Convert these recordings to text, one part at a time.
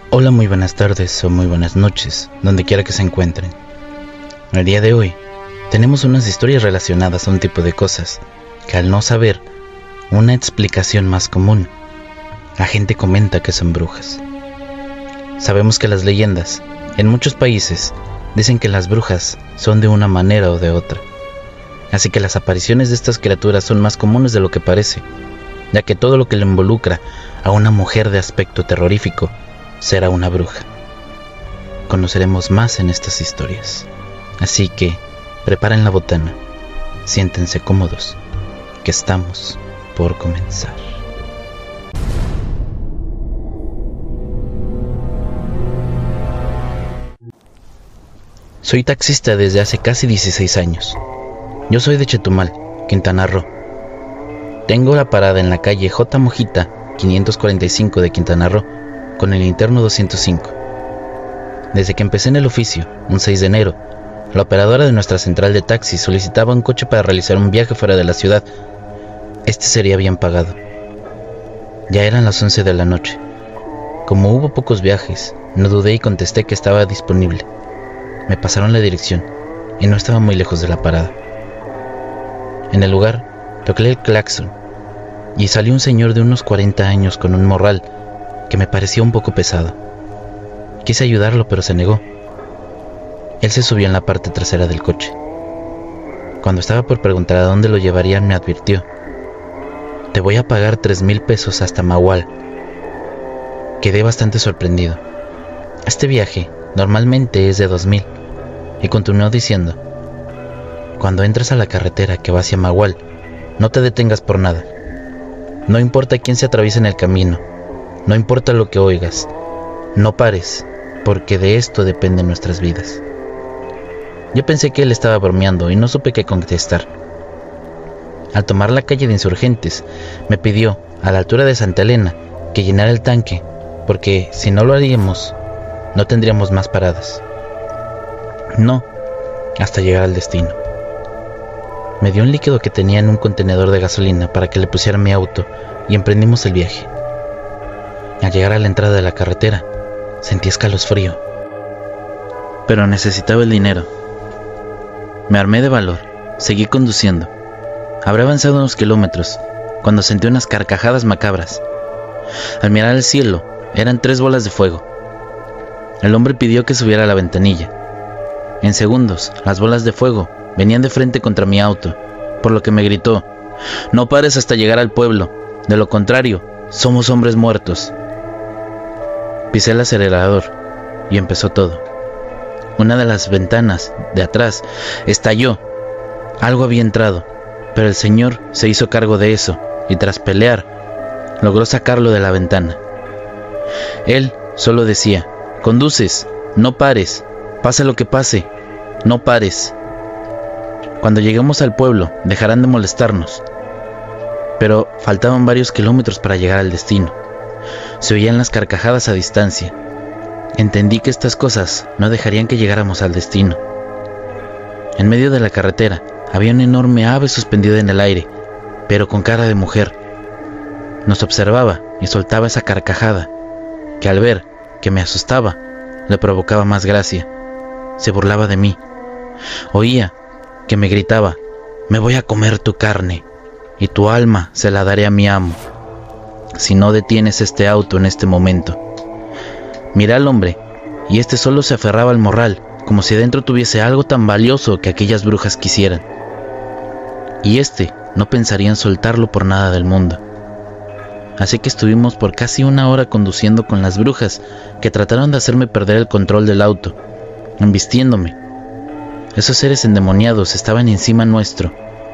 Hola, muy buenas tardes o muy buenas noches, donde quiera que se encuentren. El día de hoy tenemos unas historias relacionadas a un tipo de cosas que, al no saber una explicación más común, la gente comenta que son brujas. Sabemos que las leyendas en muchos países dicen que las brujas son de una manera o de otra, así que las apariciones de estas criaturas son más comunes de lo que parece, ya que todo lo que le involucra a una mujer de aspecto terrorífico será una bruja. Conoceremos más en estas historias, así que preparen la botana, siéntense cómodos, que estamos por comenzar. Soy taxista desde hace casi 16 años. Yo soy de Chetumal, Quintana Roo. Tengo la parada en la calle J. Mojita 545 de Quintana Roo, con el interno 205. Desde que empecé en el oficio, un 6 de enero, la operadora de nuestra central de taxis solicitaba un coche para realizar un viaje fuera de la ciudad. Este sería bien pagado. Ya eran las 11 de la noche. Como hubo pocos viajes, no dudé y contesté que estaba disponible. Me pasaron la dirección y no estaba muy lejos de la parada. En el lugar, toqué el claxon y salió un señor de unos 40 años con un morral que me parecía un poco pesado. Quise ayudarlo, pero se negó. Él se subió en la parte trasera del coche. Cuando estaba por preguntar a dónde lo llevarían, me advirtió: te voy a pagar 3,000 pesos hasta Mahual. Quedé bastante sorprendido. Este viaje normalmente es de 2,000, y continuó diciendo: cuando entres a la carretera que va hacia Mahual, no te detengas por nada. No importa quién se atraviese en el camino, no importa lo que oigas, no pares, porque de esto dependen nuestras vidas. Yo pensé que él estaba bromeando y no supe qué contestar. Al tomar la calle de Insurgentes, me pidió, a la altura de Santa Elena, que llenara el tanque, porque si no lo haríamos, no tendríamos más paradas. No, hasta llegar al destino. Me dio un líquido que tenía en un contenedor de gasolina para que le pusiera mi auto y emprendimos el viaje. Al llegar a la entrada de la carretera, sentí escalofrío, pero necesitaba el dinero. Me armé de valor, seguí conduciendo. Habré avanzado unos kilómetros cuando sentí unas carcajadas macabras. Al mirar al cielo, eran 3 bolas de fuego. El hombre pidió que subiera a la ventanilla. En segundos, las bolas de fuego venían de frente contra mi auto, por lo que me gritó: no pares hasta llegar al pueblo, de lo contrario, somos hombres muertos. Pisé el acelerador y empezó todo. Una de las ventanas de atrás estalló. Algo había entrado, pero el señor se hizo cargo de eso y tras pelear, logró sacarlo de la ventana. Él solo decía: conduces, no pares, pase lo que pase, no pares. Cuando lleguemos al pueblo, dejarán de molestarnos. Pero faltaban varios kilómetros para llegar al destino. Se oían las carcajadas a distancia. Entendí que estas cosas no dejarían que llegáramos al destino. En medio de la carretera había una enorme ave suspendida en el aire, pero con cara de mujer. Nos observaba y soltaba esa carcajada, que al ver que me asustaba, le provocaba más gracia. Se burlaba de mí. Oía que me gritaba: me voy a comer tu carne, y tu alma se la daré a mi amo, si no detienes este auto en este momento. Miré al hombre, y este solo se aferraba al morral, como si dentro tuviese algo tan valioso que aquellas brujas quisieran. Y este no pensaría en soltarlo por nada del mundo. Así que estuvimos por casi 1 hora conduciendo con las brujas, que trataron de hacerme perder el control del auto, embistiéndome. Esos seres endemoniados estaban encima nuestro.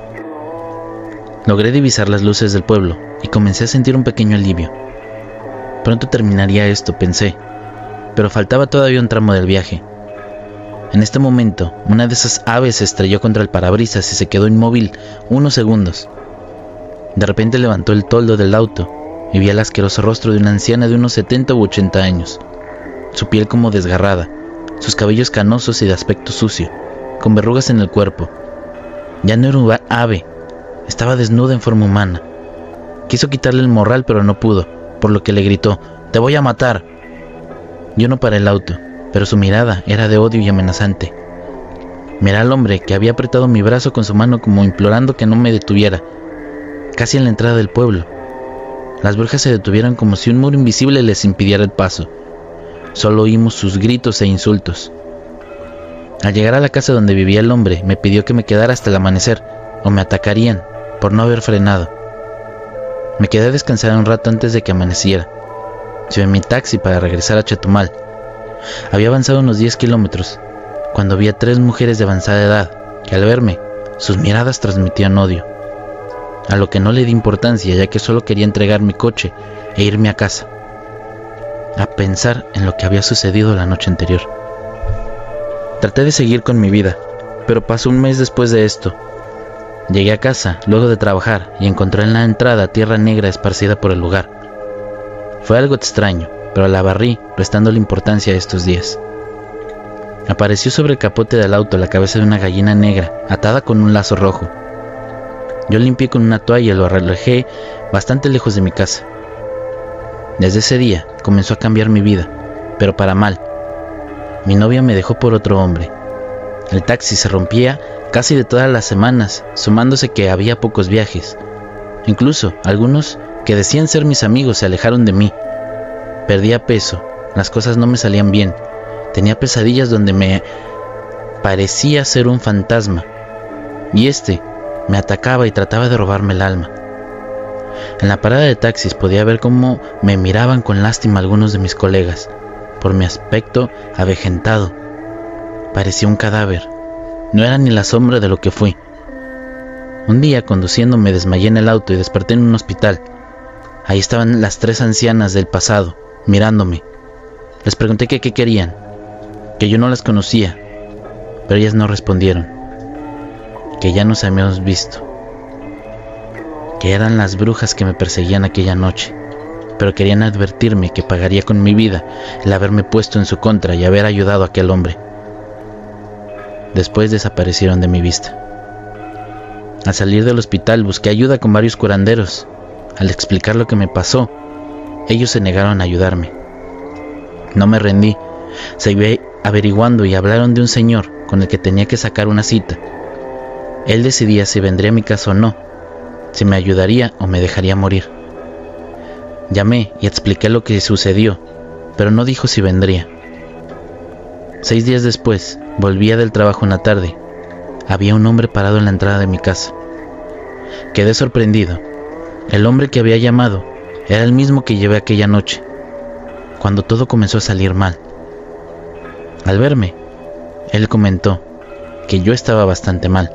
Logré divisar las luces del pueblo y comencé a sentir un pequeño alivio. Pronto terminaría esto, pensé, pero faltaba todavía un tramo del viaje. En este momento, una de esas aves se estrelló contra el parabrisas y se quedó inmóvil unos segundos. De repente levantó el toldo del auto y vi el asqueroso rostro de una anciana de unos 70 u 80 años, su piel como desgarrada, sus cabellos canosos y de aspecto sucio, con verrugas en el cuerpo. Ya no era un ave, estaba desnuda en forma humana. Quiso quitarle el morral, pero no pudo, por lo que le gritó: «¡Te voy a matar!». Yo no paré el auto, pero su mirada era de odio y amenazante. Miré al hombre que había apretado mi brazo con su mano como implorando que no me detuviera, casi en la entrada del pueblo. Las brujas se detuvieron como si un muro invisible les impidiera el paso. Solo oímos sus gritos e insultos. Al llegar a la casa donde vivía el hombre, me pidió que me quedara hasta el amanecer, o me atacarían por no haber frenado. Me quedé a descansar un rato antes de que amaneciera. Subí mi taxi para regresar a Chetumal. Había avanzado unos 10 kilómetros, cuando vi a 3 mujeres de avanzada edad, que al verme, sus miradas transmitían odio. A lo que no le di importancia, ya que solo quería entregar mi coche e irme a casa, a pensar en lo que había sucedido la noche anterior. Traté de seguir con mi vida, pero pasó un mes después de esto. Llegué a casa, luego de trabajar, y encontré en la entrada tierra negra esparcida por el lugar. Fue algo extraño, pero la barrí, restándole importancia a estos días. Apareció sobre el capote del auto la cabeza de una gallina negra, atada con un lazo rojo. Yo limpié con una toalla y lo alejé bastante lejos de mi casa. Desde ese día comenzó a cambiar mi vida, pero para mal. Mi novia me dejó por otro hombre. El taxi se rompía casi de todas las semanas, sumándose que había pocos viajes. Incluso algunos que decían ser mis amigos se alejaron de mí. Perdía peso, las cosas no me salían bien. Tenía pesadillas donde me parecía ser un fantasma. Y me atacaba y trataba de robarme el alma. En la parada de taxis podía ver cómo me miraban con lástima algunos de mis colegas, por mi aspecto avejentado. Parecía un cadáver. No era ni la sombra de lo que fui. Un día, conduciendo, me desmayé en el auto y desperté en un hospital. Ahí estaban las 3 ancianas del pasado, mirándome. Les pregunté qué querían, que yo no las conocía, pero ellas no respondieron, que ya nos habíamos visto, que eran las brujas que me perseguían aquella noche, pero querían advertirme que pagaría con mi vida el haberme puesto en su contra y haber ayudado a aquel hombre. Después desaparecieron de mi vista. Al salir del hospital busqué ayuda con varios curanderos. Al explicar lo que me pasó, ellos se negaron a ayudarme. No me rendí, seguí averiguando y hablaron de un señor con el que tenía que sacar una cita. Él decidía si vendría a mi casa o no, si me ayudaría o me dejaría morir. Llamé y expliqué lo que sucedió, pero no dijo si vendría. 6 días después, volvía del trabajo en la tarde. Había un hombre parado en la entrada de mi casa. Quedé sorprendido. El hombre que había llamado era el mismo que llevé aquella noche, cuando todo comenzó a salir mal. Al verme, él comentó que yo estaba bastante mal.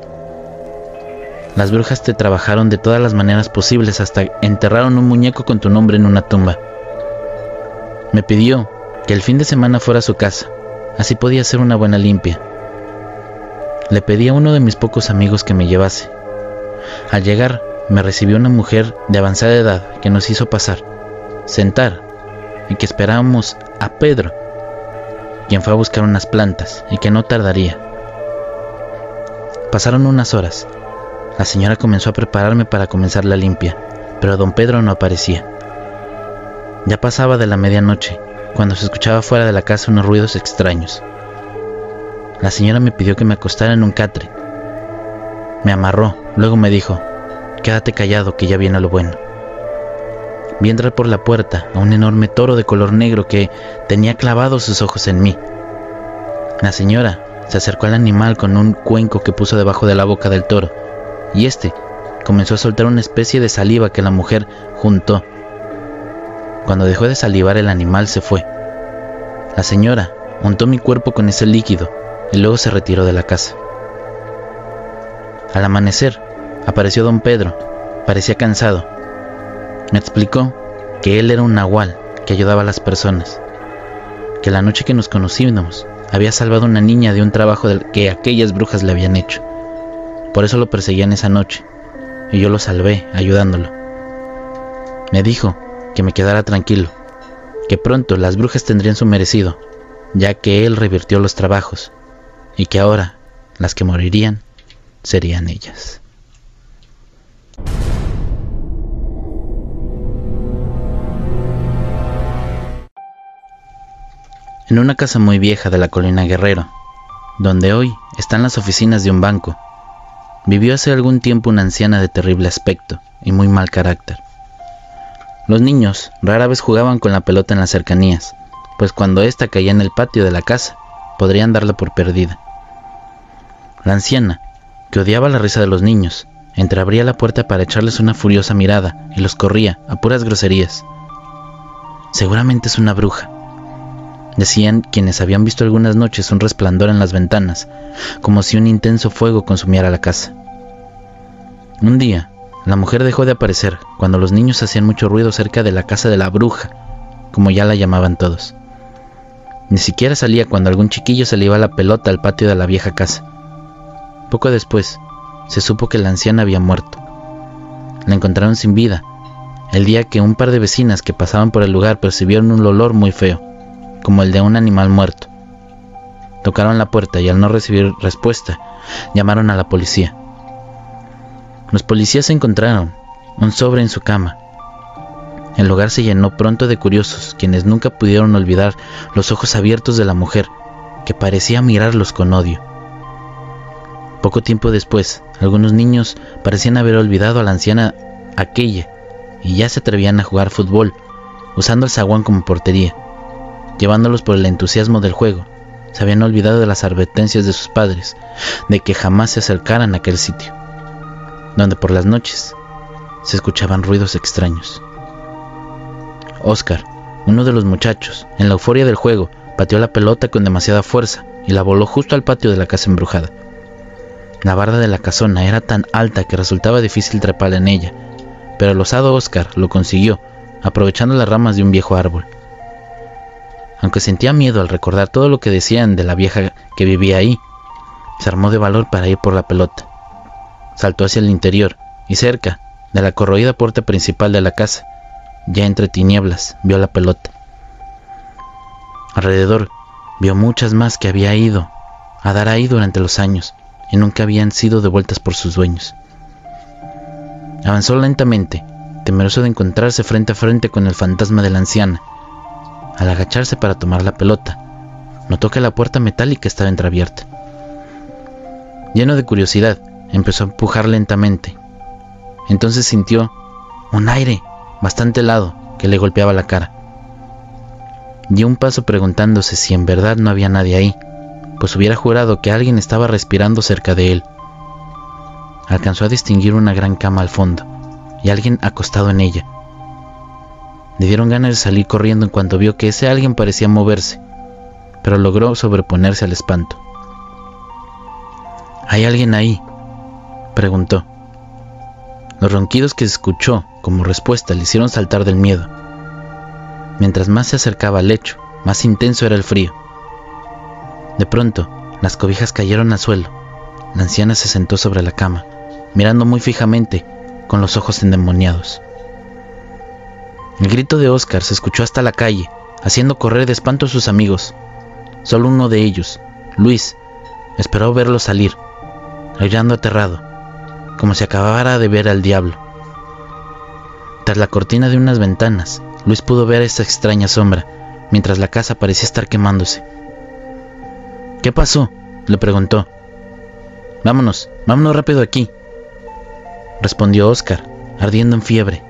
Las brujas te trabajaron de todas las maneras posibles hasta enterraron un muñeco con tu nombre en una tumba. Me pidió que el fin de semana fuera a su casa, así podía hacer una buena limpia. Le pedí a uno de mis pocos amigos que me llevase. Al llegar, me recibió una mujer de avanzada edad que nos hizo pasar, sentar y que esperábamos a Pedro, quien fue a buscar unas plantas y que no tardaría. Pasaron unas horas. La señora comenzó a prepararme para comenzar la limpia, pero don Pedro no aparecía. Ya pasaba de la medianoche, cuando se escuchaba fuera de la casa unos ruidos extraños. La señora me pidió que me acostara en un catre. Me amarró, luego me dijo: quédate callado que ya viene lo bueno. Vi entrar por la puerta a un enorme toro de color negro que tenía clavados sus ojos en mí. La señora se acercó al animal con un cuenco que puso debajo de la boca del toro, y comenzó a soltar una especie de saliva que la mujer juntó. Cuando dejó de salivar, el animal se fue. La señora untó mi cuerpo con ese líquido y luego se retiró de la casa. Al amanecer, apareció don Pedro. Parecía cansado. Me explicó que él era un nahual que ayudaba a las personas, que la noche que nos conocimos había salvado a una niña de un trabajo que aquellas brujas le habían hecho. Por eso lo perseguían esa noche, y yo lo salvé ayudándolo. Me dijo que me quedara tranquilo, que pronto las brujas tendrían su merecido, ya que él revirtió los trabajos, y que ahora las que morirían serían ellas. En una casa muy vieja de la colina Guerrero, donde hoy están las oficinas de un banco, vivió hace algún tiempo una anciana de terrible aspecto y muy mal carácter. Los niños rara vez jugaban con la pelota en las cercanías, pues cuando ésta caía en el patio de la casa, podrían darla por perdida. La anciana, que odiaba la risa de los niños, entreabría la puerta para echarles una furiosa mirada y los corría a puras groserías. «Seguramente es una bruja», decían quienes habían visto algunas noches un resplandor en las ventanas, como si un intenso fuego consumiera la casa. Un día, la mujer dejó de aparecer cuando los niños hacían mucho ruido cerca de la casa de la bruja, como ya la llamaban todos. Ni siquiera salía cuando algún chiquillo se le iba la pelota al patio de la vieja casa. Poco después, se supo que la anciana había muerto. La encontraron sin vida, el día que un par de vecinas que pasaban por el lugar percibieron un olor muy feo, como el de un animal muerto. Tocaron la puerta y al no recibir respuesta, llamaron a la policía. Los policías encontraron un sobre en su cama. El lugar se llenó pronto de curiosos, quienes nunca pudieron olvidar los ojos abiertos de la mujer, que parecía mirarlos con odio. Poco tiempo después, algunos niños parecían haber olvidado a la anciana aquella y ya se atrevían a jugar fútbol, usando el zaguán como portería. Llevándolos por el entusiasmo del juego, se habían olvidado de las advertencias de sus padres, de que jamás se acercaran a aquel sitio, donde por las noches se escuchaban ruidos extraños. Oscar, uno de los muchachos, en la euforia del juego, pateó la pelota con demasiada fuerza y la voló justo al patio de la casa embrujada. La barda de la casona era tan alta que resultaba difícil trepar en ella, pero el osado Oscar lo consiguió, aprovechando las ramas de un viejo árbol. Aunque sentía miedo al recordar todo lo que decían de la vieja que vivía ahí, se armó de valor para ir por la pelota. Saltó hacia el interior y cerca de la corroída puerta principal de la casa, ya entre tinieblas, vio la pelota. Alrededor vio muchas más que había ido a dar ahí durante los años y nunca habían sido devueltas por sus dueños. Avanzó lentamente, temeroso de encontrarse frente a frente con el fantasma de la anciana. Al agacharse para tomar la pelota, notó que la puerta metálica estaba entreabierta. Lleno de curiosidad, empezó a empujar lentamente. Entonces sintió un aire bastante helado que le golpeaba la cara. Dio un paso preguntándose si en verdad no había nadie ahí, pues hubiera jurado que alguien estaba respirando cerca de él. Alcanzó a distinguir una gran cama al fondo y alguien acostado en ella. Le dieron ganas de salir corriendo en cuanto vio que ese alguien parecía moverse, pero logró sobreponerse al espanto. ¿Hay alguien ahí?, preguntó. Los ronquidos que escuchó como respuesta le hicieron saltar del miedo. Mientras más se acercaba al lecho, más intenso era el frío. De pronto, las cobijas cayeron al suelo. La anciana se sentó sobre la cama, mirando muy fijamente, con los ojos endemoniados. El grito de Oscar se escuchó hasta la calle, haciendo correr de espanto a sus amigos. Solo uno de ellos, Luis, esperó verlo salir, aullando aterrado, como si acabara de ver al diablo. Tras la cortina de unas ventanas, Luis pudo ver esta extraña sombra, mientras la casa parecía estar quemándose. «¿Qué pasó?», le preguntó. Vámonos rápido de aquí», respondió Oscar, ardiendo en fiebre.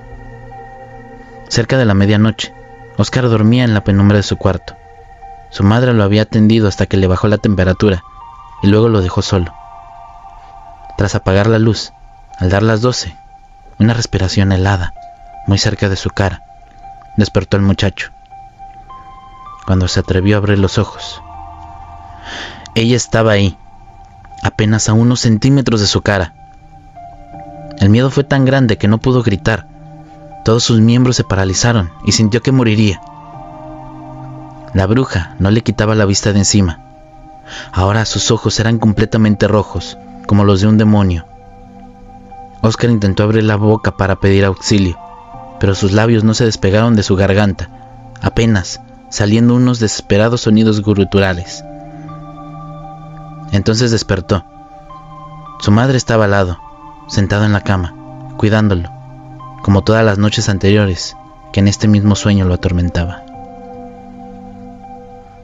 Cerca de la medianoche, Oscar dormía en la penumbra de su cuarto. Su madre lo había atendido hasta que le bajó la temperatura y luego lo dejó solo. Tras apagar la luz, al dar las 12, una respiración helada, muy cerca de su cara, despertó al muchacho. Cuando se atrevió a abrir los ojos, ella estaba ahí, apenas a unos centímetros de su cara. El miedo fue tan grande que no pudo gritar. Todos sus miembros se paralizaron y sintió que moriría. La bruja no le quitaba la vista de encima. Ahora sus ojos eran completamente rojos, como los de un demonio. Oscar intentó abrir la boca para pedir auxilio, pero sus labios no se despegaron de su garganta, apenas saliendo unos desesperados sonidos guturales. Entonces despertó. Su madre estaba al lado, sentada en la cama, cuidándolo, como todas las noches anteriores que en este mismo sueño lo atormentaba.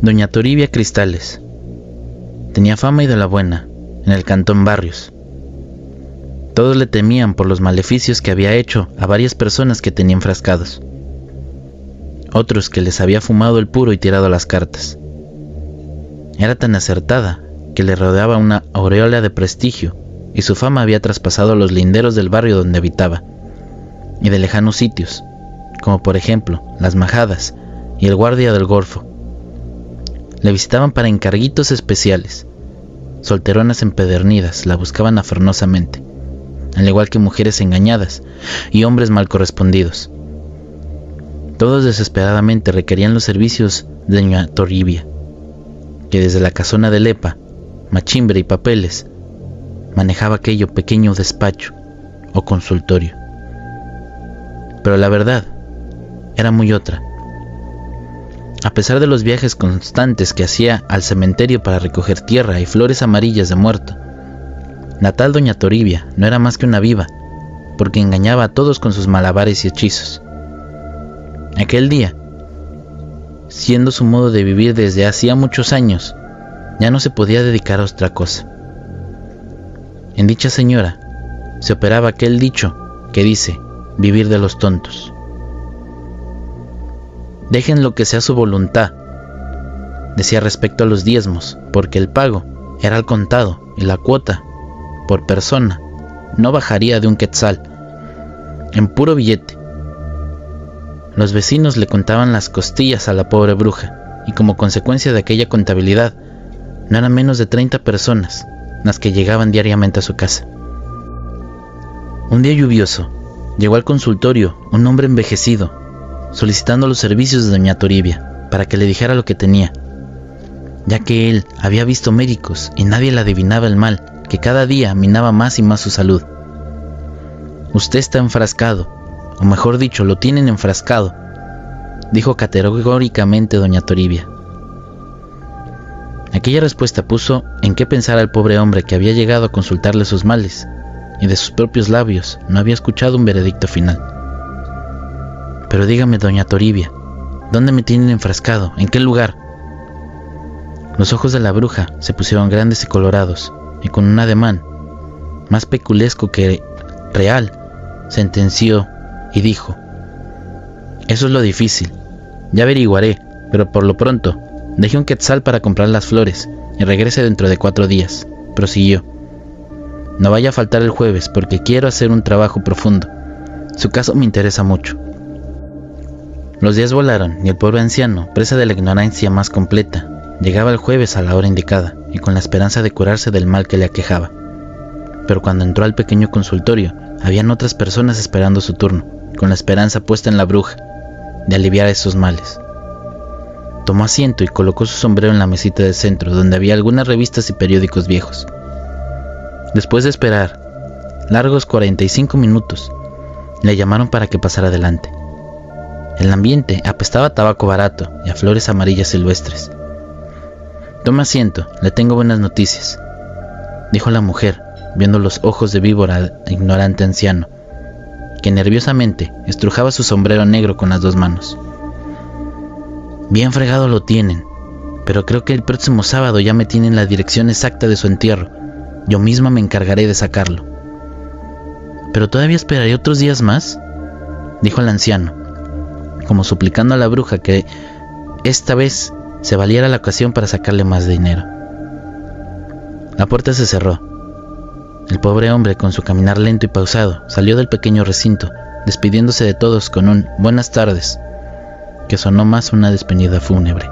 Doña Toribia Cristales. Tenía fama y de la buena en el cantón Barrios. Todos le temían por los maleficios que había hecho a varias personas que tenía enfrascados. Otros que les había fumado el puro y tirado las cartas. Era tan acertada que le rodeaba una aureola de prestigio y su fama había traspasado los linderos del barrio donde habitaba y de lejanos sitios, como por ejemplo Las Majadas y el Guardia del Golfo. Le visitaban para encarguitos especiales. Solteronas empedernidas la buscaban afanosamente, al igual que mujeres engañadas y hombres mal correspondidos. Todos desesperadamente requerían los servicios de doña Toribia, que desde la casona de lepa, machimbre y papeles manejaba aquello pequeño despacho o consultorio. Pero la verdad era muy otra. A pesar de los viajes constantes que hacía al cementerio para recoger tierra y flores amarillas de muerto, la tal doña Toribia no era más que una viva, porque engañaba a todos con sus malabares y hechizos. Aquel día, siendo su modo de vivir desde hacía muchos años, ya no se podía dedicar a otra cosa. En dicha señora se operaba aquel dicho que dice: vivir de los tontos. Dejen lo que sea su voluntad, decía respecto a los diezmos, porque el pago era al contado y la cuota por persona no bajaría de 1 quetzal, en puro billete. Los vecinos le contaban las costillas a la pobre bruja, y como consecuencia de aquella contabilidad, no eran menos de 30 personas las que llegaban diariamente a su casa. Un día lluvioso, llegó al consultorio un hombre envejecido, solicitando los servicios de doña Toribia para que le dijera lo que tenía, ya que él había visto médicos y nadie le adivinaba el mal que cada día minaba más y más su salud. Usted está enfrascado, o mejor dicho, lo tienen enfrascado, dijo categóricamente doña Toribia. Aquella respuesta puso en qué pensar al pobre hombre que había llegado a consultarle sus males, y de sus propios labios no había escuchado un veredicto final. Pero dígame, doña Toribia, ¿dónde me tienen enfrascado? ¿En qué lugar? Los ojos de la bruja se pusieron grandes y colorados, y con un ademán más peculesco que real, sentenció y dijo: eso es lo difícil, ya averiguaré, pero por lo pronto, deje 1 quetzal para comprar las flores, y regrese dentro de 4 días, prosiguió. No vaya a faltar el jueves, porque quiero hacer un trabajo profundo. Su caso me interesa mucho. Los días volaron y el pobre anciano, presa de la ignorancia más completa, llegaba el jueves a la hora indicada y con la esperanza de curarse del mal que le aquejaba. Pero cuando entró al pequeño consultorio, habían otras personas esperando su turno, con la esperanza puesta en la bruja de aliviar esos males. Tomó asiento y colocó su sombrero en la mesita del centro, donde había algunas revistas y periódicos viejos. Después de esperar largos 45 minutos, le llamaron para que pasara adelante. El ambiente apestaba a tabaco barato y a flores amarillas silvestres. Tome asiento, le tengo buenas noticias, dijo la mujer, viendo los ojos de víbora al ignorante anciano, que nerviosamente estrujaba su sombrero negro con las 2 manos. Bien fregado lo tienen, pero creo que el próximo sábado ya me tienen la dirección exacta de su entierro. Yo misma me encargaré de sacarlo. ¿Pero todavía esperaré otros días más?, dijo el anciano, como suplicando a la bruja que esta vez se valiera la ocasión para sacarle más dinero. La puerta se cerró. El pobre hombre, con su caminar lento y pausado, salió del pequeño recinto, despidiéndose de todos con un buenas tardes, que sonó más una despedida fúnebre.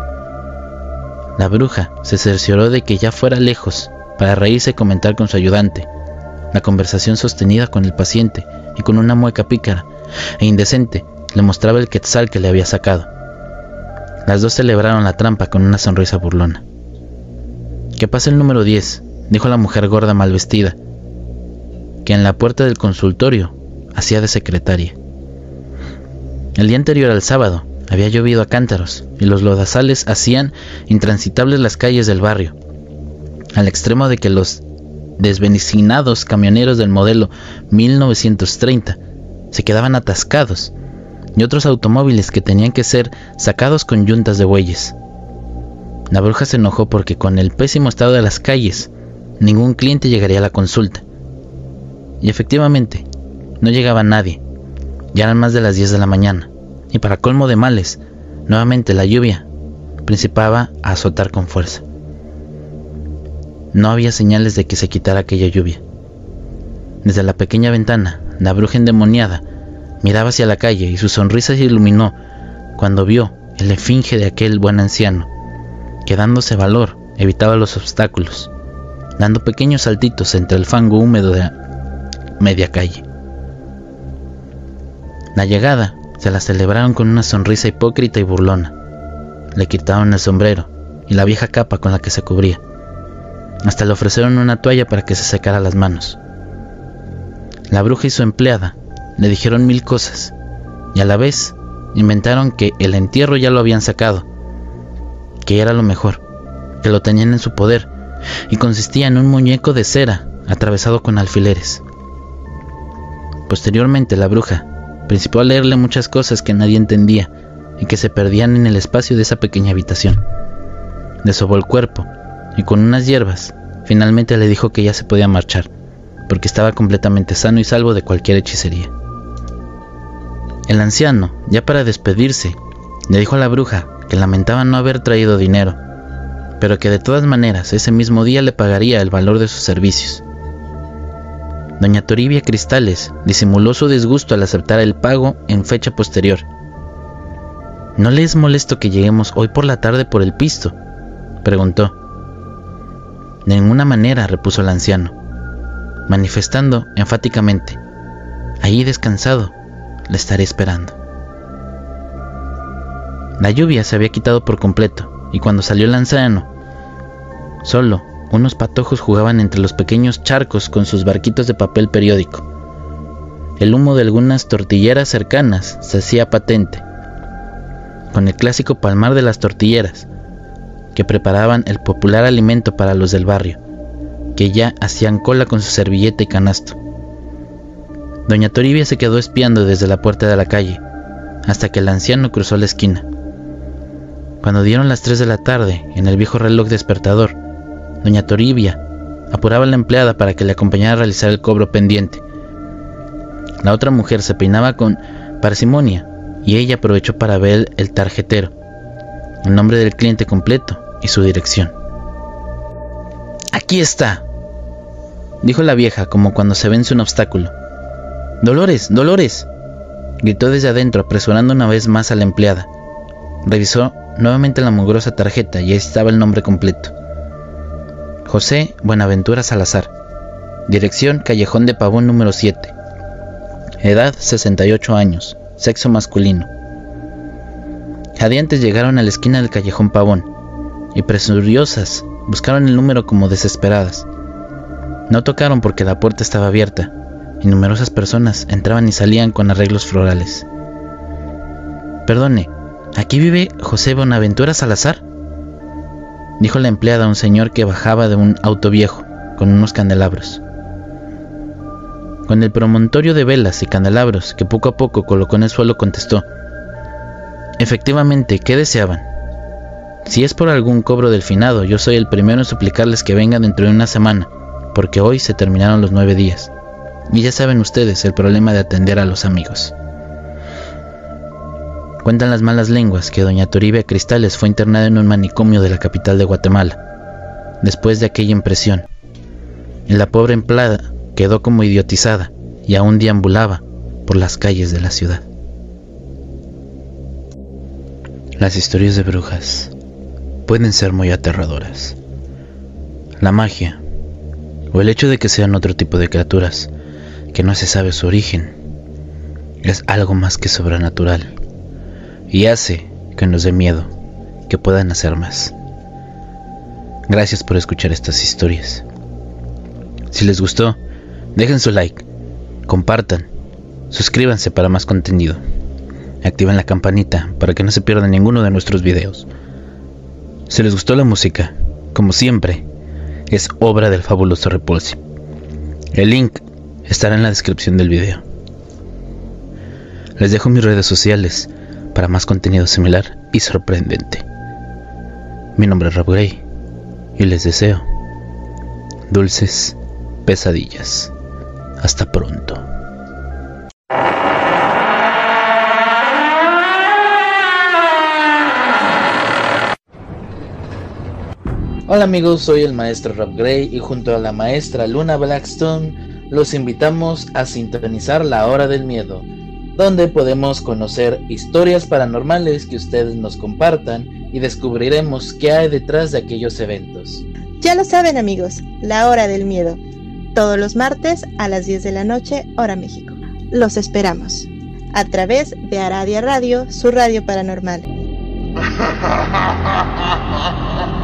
La bruja se cercioró de que ya fuera lejos para reírse y comentar con su ayudante la conversación sostenida con el paciente, y con una mueca pícara e indecente le mostraba el quetzal que le había sacado. Las 2 celebraron la trampa con una sonrisa burlona. «Que pase el número 10», dijo la mujer gorda mal vestida, que en la puerta del consultorio hacía de secretaria. El día anterior al sábado había llovido a cántaros y los lodazales hacían intransitables las calles del barrio, al extremo de que los desvencinados camioneros del modelo 1930 se quedaban atascados, y otros automóviles que tenían que ser sacados con yuntas de bueyes. La bruja se enojó porque con el pésimo estado de las calles, ningún cliente llegaría a la consulta. Y efectivamente, no llegaba nadie. Ya eran más de las 10 de la mañana, y para colmo de males, nuevamente la lluvia principiaba a azotar con fuerza. No había señales de que se quitara aquella lluvia. Desde la pequeña ventana, la bruja endemoniada miraba hacia la calle y su sonrisa se iluminó cuando vio el esfinge de aquel buen anciano, que dándose valor evitaba los obstáculos, dando pequeños saltitos entre el fango húmedo de la media calle. La llegada se la celebraron con una sonrisa hipócrita y burlona. Le quitaron el sombrero y la vieja capa con la que se cubría. Hasta le ofrecieron una toalla para que se secara las manos. La bruja y su empleada le dijeron 1000 cosas y a la vez inventaron que el entierro ya lo habían sacado, que era lo mejor, que lo tenían en su poder y consistía en un muñeco de cera atravesado con alfileres. Posteriormente la bruja principió a leerle muchas cosas que nadie entendía y que se perdían en el espacio de esa pequeña habitación. Le sobó el cuerpo y con unas hierbas finalmente le dijo que ya se podía marchar, porque estaba completamente sano y salvo de cualquier hechicería. El anciano, ya para despedirse, le dijo a la bruja que lamentaba no haber traído dinero, pero que de todas maneras ese mismo día le pagaría el valor de sus servicios. Doña Toribia Cristales disimuló su disgusto al aceptar el pago en fecha posterior. ¿No le es molesto que lleguemos hoy por la tarde por el pisto?, preguntó. De ninguna manera, repuso el anciano, manifestando enfáticamente: allí descansado, le estaré esperando. La lluvia se había quitado por completo, y cuando salió el anciano, solo unos patojos jugaban entre los pequeños charcos con sus barquitos de papel periódico. El humo de algunas tortilleras cercanas se hacía patente, con el clásico palmar de las tortilleras, que preparaban el popular alimento para los del barrio, que ya hacían cola con su servilleta y canasto. Doña Toribia se quedó espiando desde la puerta de la calle, hasta que el anciano cruzó la esquina. Cuando dieron las 3 de la tarde, en el viejo reloj despertador, Doña Toribia apuraba a la empleada para que le acompañara a realizar el cobro pendiente. La otra mujer se peinaba con parsimonia y ella aprovechó para ver el tarjetero, el nombre del cliente completo y su dirección. «Aquí está», dijo la vieja como cuando se vence un obstáculo. «Dolores, Dolores», gritó desde adentro, apresurando una vez más a la empleada. Revisó nuevamente la mugrosa tarjeta y ahí estaba el nombre completo: José Buenaventura Salazar, dirección Callejón de Pavón número 7, edad 68 años, sexo masculino. Jadeantes llegaron a la esquina del Callejón Pavón y presurosos buscaron el número como desesperadas. No tocaron porque la puerta estaba abierta y numerosas personas entraban y salían con arreglos florales. «Perdone, ¿aquí vive José Buenaventura Salazar?», dijo la empleada a un señor que bajaba de un auto viejo con unos candelabros. Con el promontorio de velas y candelabros que poco a poco colocó en el suelo, contestó: «Efectivamente, ¿qué deseaban? Si es por algún cobro del finado, yo soy el primero en suplicarles que vengan dentro de una semana, porque hoy se terminaron los 9 días. Y ya saben ustedes el problema de atender a los amigos». Cuentan las malas lenguas que doña Toribia Cristales fue internada en un manicomio de la capital de Guatemala, después de aquella impresión. Y la pobre empleada quedó como idiotizada y aún deambulaba por las calles de la ciudad. Las historias de brujas pueden ser muy aterradoras. La magia, o el hecho de que sean otro tipo de criaturas que no se sabe su origen, es algo más que sobrenatural y hace que nos dé miedo que puedan hacer más. Gracias por escuchar estas historias. Si les gustó, dejen su like, compartan, suscríbanse para más contenido, activen la campanita para que no se pierdan ninguno de nuestros videos. Si les gustó la música, como siempre, es obra del fabuloso Repulsi. El link estará en la descripción del video. Les dejo mis redes sociales para más contenido similar y sorprendente. Mi nombre es Rob Gray y les deseo dulces pesadillas. Hasta pronto. Hola amigos, soy el maestro Rob Gray y junto a la maestra Luna Blackstone los invitamos a sintonizar La Hora del Miedo, donde podemos conocer historias paranormales que ustedes nos compartan y descubriremos qué hay detrás de aquellos eventos. Ya lo saben amigos, La Hora del Miedo, todos los martes a las 10 de la noche, hora México. Los esperamos, a través de Aradia Radio, su radio paranormal.